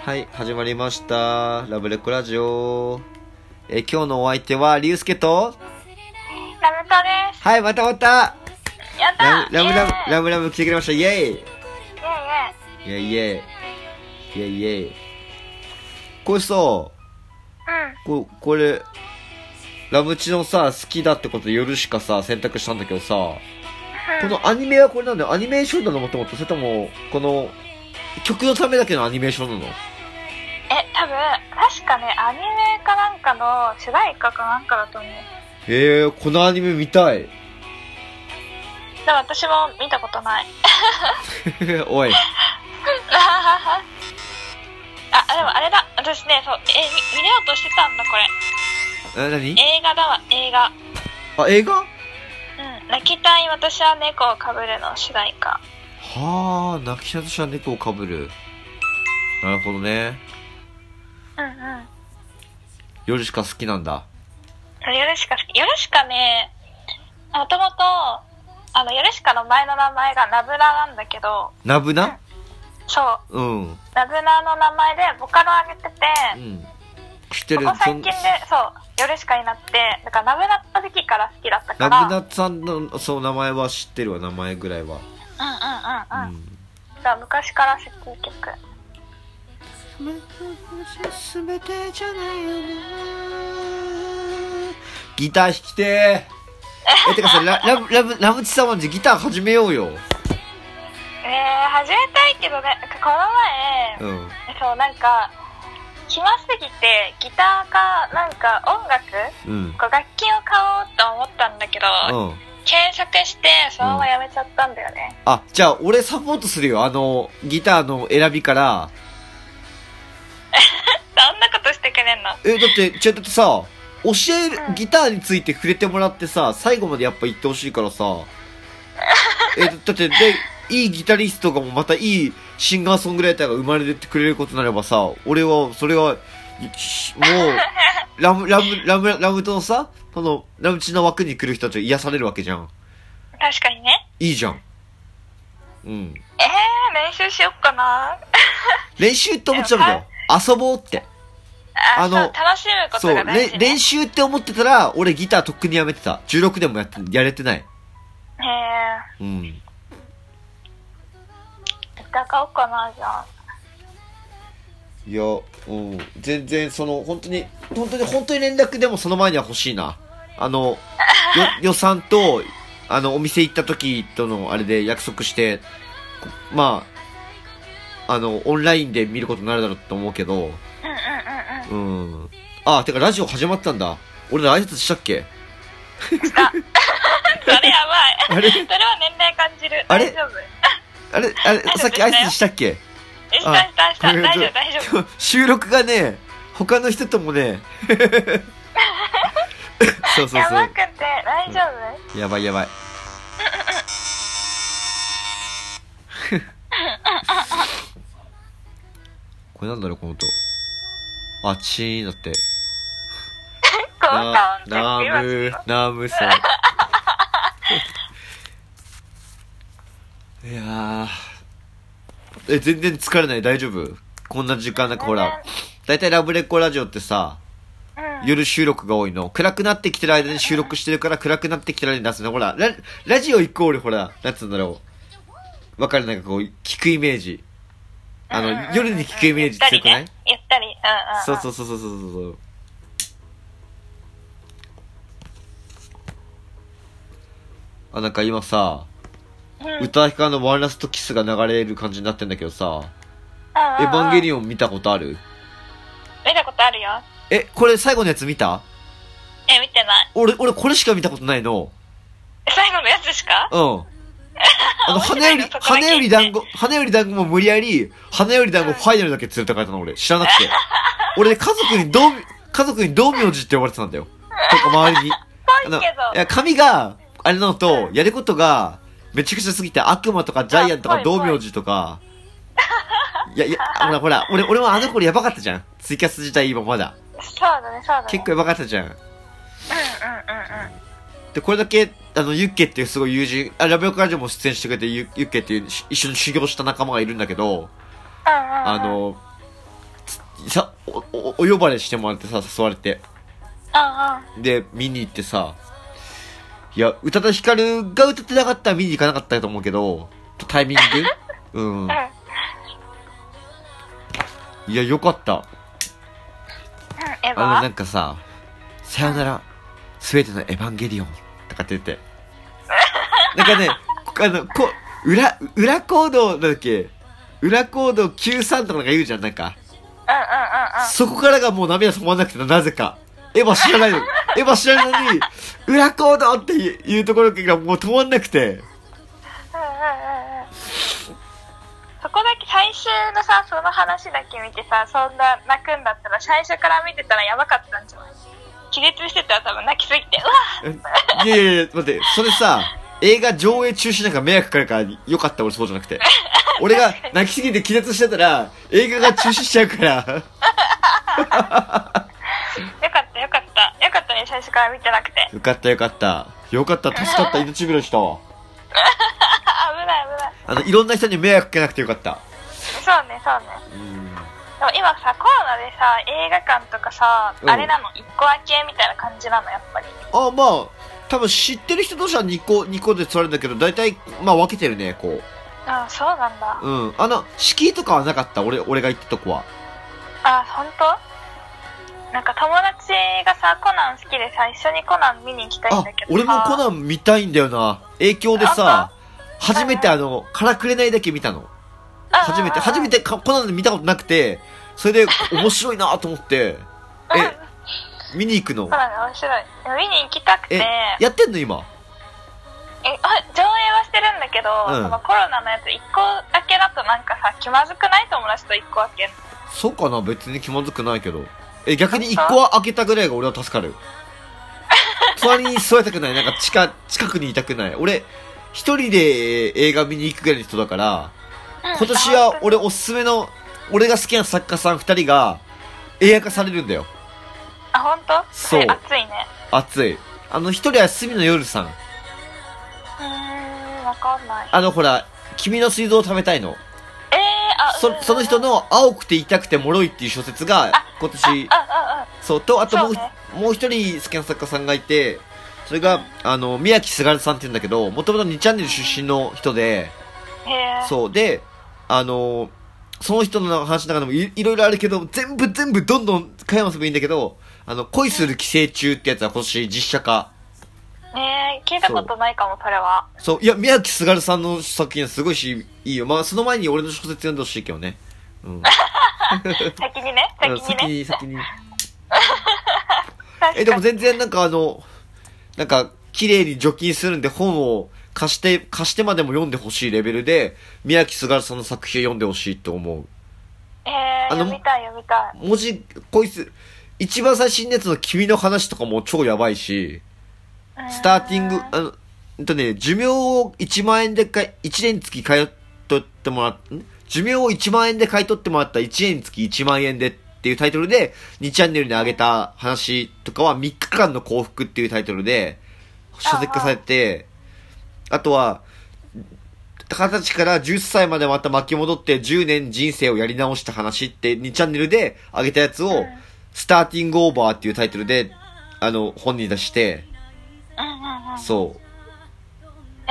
はい、始まりました。ラブレッコラジオ。今日のお相手は、リュウスケと、 ラムタです。 はい、また。 やったラブラブ来てくれました。イェイ。 イェイイェイ。これさ、これ、ラムチのさ、好きだってことで夜しかさ、選択したんだけどさ、このアニメはこれなんだよ。アニメーションなのもともと、それとも、この、曲のためだけのアニメーションなの？ 多分、確かね、アニメかなんかの主題歌かなんかだと思う。 このアニメ見たい。 でも私も見たことない。 おい。 でもあれだ。私ね、そう、見れようとしてたんだ、これ。 何？ 映画だわ、映画。 あ、映画？ 泣きたい私は猫をかぶるの主題歌。 はあ、泣きたい私は猫をかぶる。なるほどね。夜しか好きなんだ。 夜しかね、もともと、夜しかの前の名前がナブナなんだけど。 ナブナ？ そう。ナブナの名前でボカロ上げてて、 知ってる。 ここ最近で、そう、夜しかになって、だからナブナの時から好きだったから。 ナブナさんの、そう、名前は知ってるわ、名前ぐらいは。 じゃあ昔から知ってる曲。 すべてじゃないよな。ギター弾きてー。てかさ、ラムチさんはギター始めようよ。 始めたいけどね、この前、そう、なんか、暇すぎて、ギターか、なんか音楽、こう楽器を買おうと思ったんだけど、検索して、そのままやめちゃったんだよね。 あ、じゃあ、俺サポートするよ。ギターの選びから。 そんなことしてくれんの？ だってさ、ギターについて触れてもらってさ、最後までやっぱ言ってほしいからさ。だって、いいギタリストがもまたいいシンガーソングライターが生まれてくれることになればさ、俺は、それは、もう、ラムとのさ、ラムチの枠に来る人たちが癒されるわけじゃん。 確かにね。 いいじゃん。 練習しよっかな。 練習って思っちゃうんだよ。遊ぼうって。 楽しむことが大事ね。 練習って思ってたら、俺ギターとっくにやめてた。16でもやれてない。 買おうかな、じゃあ。 いや、全然本当に連絡でもその前には欲しいな。予算と、お店行った時とのあれで約束して、まあ、オンラインで見ることになるだろうと思うけど、あ、てかラジオ始まったんだ。俺ら挨拶したっけ？ したそれやばい。それは年齢感じる。大丈夫？ あれさっき挨拶したっけ？ した。大丈夫。 収録がね、他の人ともね、そう。 やばくて、大丈夫？ やばい。これなんだろう、この音。あ、チーンだって。ナムさん。いやー。全然疲れない？大丈夫？こんな時間なんかほら、だいたいラブレッコラジオってさ、夜収録が多いの。暗くなってきてる間に収録してるから暗くなってきてる間に出すの。ほら、ラジオイコールほら、なんつうんだろう。わかる？なんかこう、聞くイメージ。夜に聞くイメージ強くない？ ゆったり。 そう。なんか今さ、歌姫のワンラストキスが流れる感じになってんだけどさ、エヴァンゲリオン見たことある？ 見たことあるよ。 これ最後のやつ見た？ 見てない。 俺これしか見たことないの。 最後のやつしか？ 花より団子も無理やり、花より団子ファイナルだけ連れて帰ったの俺。知らなくて。俺家族に道明寺って呼ばれてたんだよ。とか周りに。髪が、あれなのと、やることが、めちゃくちゃすぎて、悪魔とかジャイアンとか道明寺とか、ほら、俺もあの頃やばかったじゃん。ツイキャス自体今まだ。 そうだね。 結構やばかったじゃん。で、これだけ、ユッケっていうすごい友人、ラブヨカラジオも出演してくれて、ユッケっていう一緒に修行した仲間がいるんだけど、 お呼ばれしてもらってさ、誘われて。 うん。 で、見に行ってさ、いや、宇多田ヒカルが歌ってなかったら見に行かなかったと思うけど、タイミングうん。いや、よかった。なんかさ、さよなら、すべてのエヴァンゲリオンとかって言って。なんかね、裏コード、なんだっけ、裏コード93とか言うじゃん、なんか。そこからがもう涙止まんなくて、なぜか。エヴァ知らないの。エヴァ知らないのに、裏コードっていうところがもう止まんなくて。 そこだけ最終のさ、その話だけ見てさ、そんな泣くんだったら最初から見てたらやばかったんじゃない？気絶してたら多分泣きすぎて、うわいや、待って、それさ、映画上映中止なんか迷惑かかるからよかった、俺そうじゃなくて。俺が泣きすぎて気絶してたら、映画が中止しちゃうから。 よかったね、最初から見てなくて。 よかった、助かった、命拾いしたわ。 危ない。 いろんな人に迷惑かけなくてよかった。 そうね。でも今さ、コロナでさ、映画館とかさ、あれなの、1個空けみたいな感じなの、やっぱり。 まあ、多分知ってる人同士は2個で座るんだけど、大体、まあ分けてるね、こう。 そうなんだ。 うん。敷居とかはなかった、俺が行ったとこは。 ほんと？なんか友達がさ、コナン好きでさ、一緒にコナン見に行きたいんだけどさ。 俺もコナン見たいんだよな。影響でさ、初めてからくれないだけ見たの。初めてコナンで見たことなくて、それで面白いなと思って、見に行くの？ そうだね、面白い。見に行きたくて。 やってんの今？ 上映はしてるんだけど、そのコロナのやつ1個だけだとなんかさ、気まずくない？友達と1個開けんの。 そうかな、別に気まずくないけど。逆に1個は開けたぐらいが俺は助かる。隣に座りたくない。なんか近くにいたくない。俺、一人で映画見に行くぐらいの人だから、今年は俺おすすめの、俺が好きな作家さん2人が映画化されるんだよ。 ほんと？ そう。 熱いね。 熱い。一人は隅野夜さん。 わかんない。 ほら、君の水道を食べたいの。その人の青くて痛くて脆いっていう小説が今年、そうと、あともう一人好きな作家さんがいて、それが宮城すがるさんって言うんだけど、もともと2チャンネル出身の人で、そうで、その人の話の中でもいろいろあるけど、全部どんどん加山さんもいいんだけど、恋する寄生虫ってやつは今年実写化。 聞いたことないかも、それは。 そう、いや、宮城すがるさんの作品はすごいし、いいよ。まあ、その前に俺の小説読んでほしいけどね。うん。 先にね。 先に。でも全然なんかなんか、綺麗に除菌するんで本を貸してまでも読んでほしいレベルで、宮城すがるさんの作品を読んでほしいと思う。 読みたい。 一番最新のやつの君の話とかも超やばいし、スターティング、寿命を1万円で1年につき買い取ってもらっ、寿命を1万円で買い取ってもらった1年につき1万円でっていうタイトルで、2チャンネルに上げた話とかは3日間の幸福っていうタイトルで、書籍化されて、あとは、20歳から10歳までまた巻き戻って10年人生をやり直した話って2チャンネルで上げたやつを、スターティングオーバーっていうタイトルで、本に出して、そう。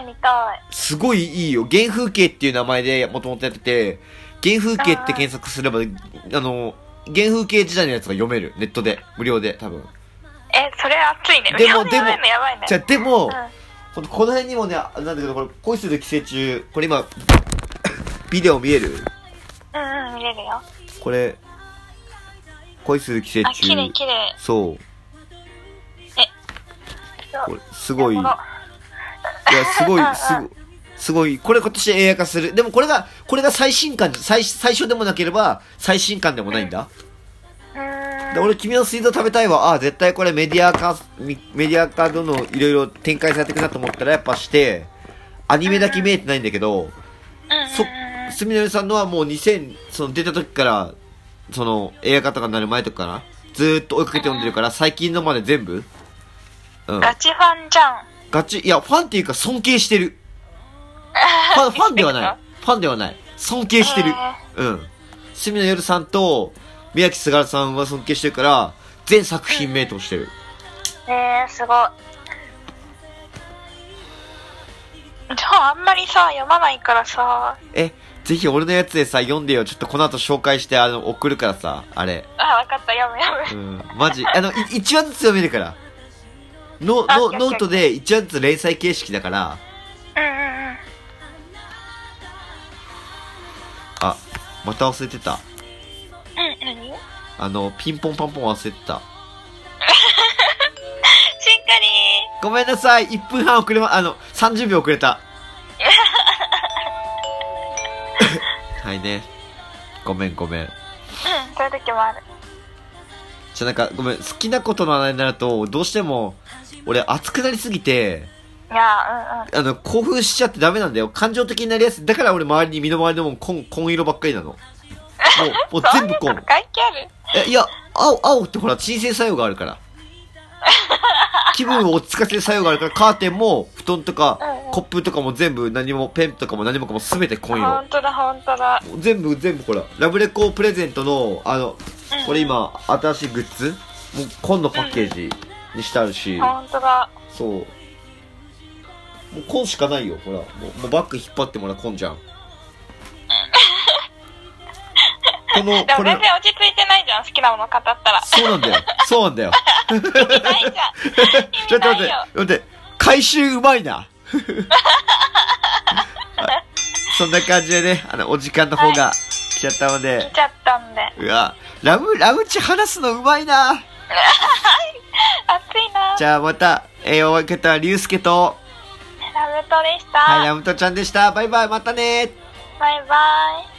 見たい。 すごいいいよ。原風景っていう名前でもともとやってて、原風景って検索すれば、原風景時代のやつが読める。ネットで。無料で、多分。 それ熱いね。 でも、 やばいね。 でも、この辺にもね、なんだけど、これ、恋する寄生虫、これ今、ビデオ見える？ 見れるよ。 これ、恋する寄生虫。 綺麗。 そう。これすごい。いや、すごい。これ今年映画化する。でもこれが最新刊、最初でもなければ、最新刊でもないんだ。で、俺、君の水道食べたいわ。絶対これメディア化どのいろいろ展開されていくなと思ったら、やっぱして、アニメだけ見えてないんだけど、住野さんのはもう出た時から、映画化とかになる前とかから、ずーっと追いかけて読んでるから、最近のまで全部、 ガチファンじゃん。 いや、ファンっていうか尊敬してる。ファンではない。尊敬してる。住野夜さんと、 宮城すがるさんは尊敬してるから、全作品名としてる。 すごい。あんまりさ、読まないからさ。 ぜひ俺のやつでさ、読んでよ。ちょっとこの後紹介して、送るからさ、あれ。 わかった、読む。 マジ。1話ずつ読めるから。ノートで1話ずつ連載形式だから。あ、また忘れてた。 何？ ピンポンパンポン忘れてた。 しっかりー。ごめんなさい。1分半遅れ30秒遅れた。はいね。ごめん。 そういう時もある。 なんか、ごめん。好きなことの話になると、どうしても、俺熱くなりすぎて、 いや、 興奮しちゃってダメなんだよ。感情的になりやすい。だから俺周りに身の回りのもん、紺色ばっかりなの。もう全部紺。 関係ある？ いや、青ってほら、鎮静作用があるから。気分を落ち着かせる作用があるから、カーテンも、布団とか、コップとかも全部、ペンとかも何もかも全て紺色。 ほんとだ。 全部ほら、ラブレコプレゼントの、これ今、新しいグッズもう紺のパッケージにしてあるし。 ほんとだ。 そう。もう紺しかないよ、ほら。もうバッグ引っ張ってもらう紺じゃん。 でも全然落ち着いてないじゃん、好きなもの語ったら。 そうなんだよ。 意味ないじゃん。 ちょっと待って。回収うまいな。そんな感じでね、お時間の方が来ちゃったので。 来ちゃったんで。 うわ、ラブチ話すのうまいな。 熱いな。 じゃあまた、お相方はリュウスケと、 ラムトでした。 はい、ラムトちゃんでした。バイバイ、またね。 バイバイ。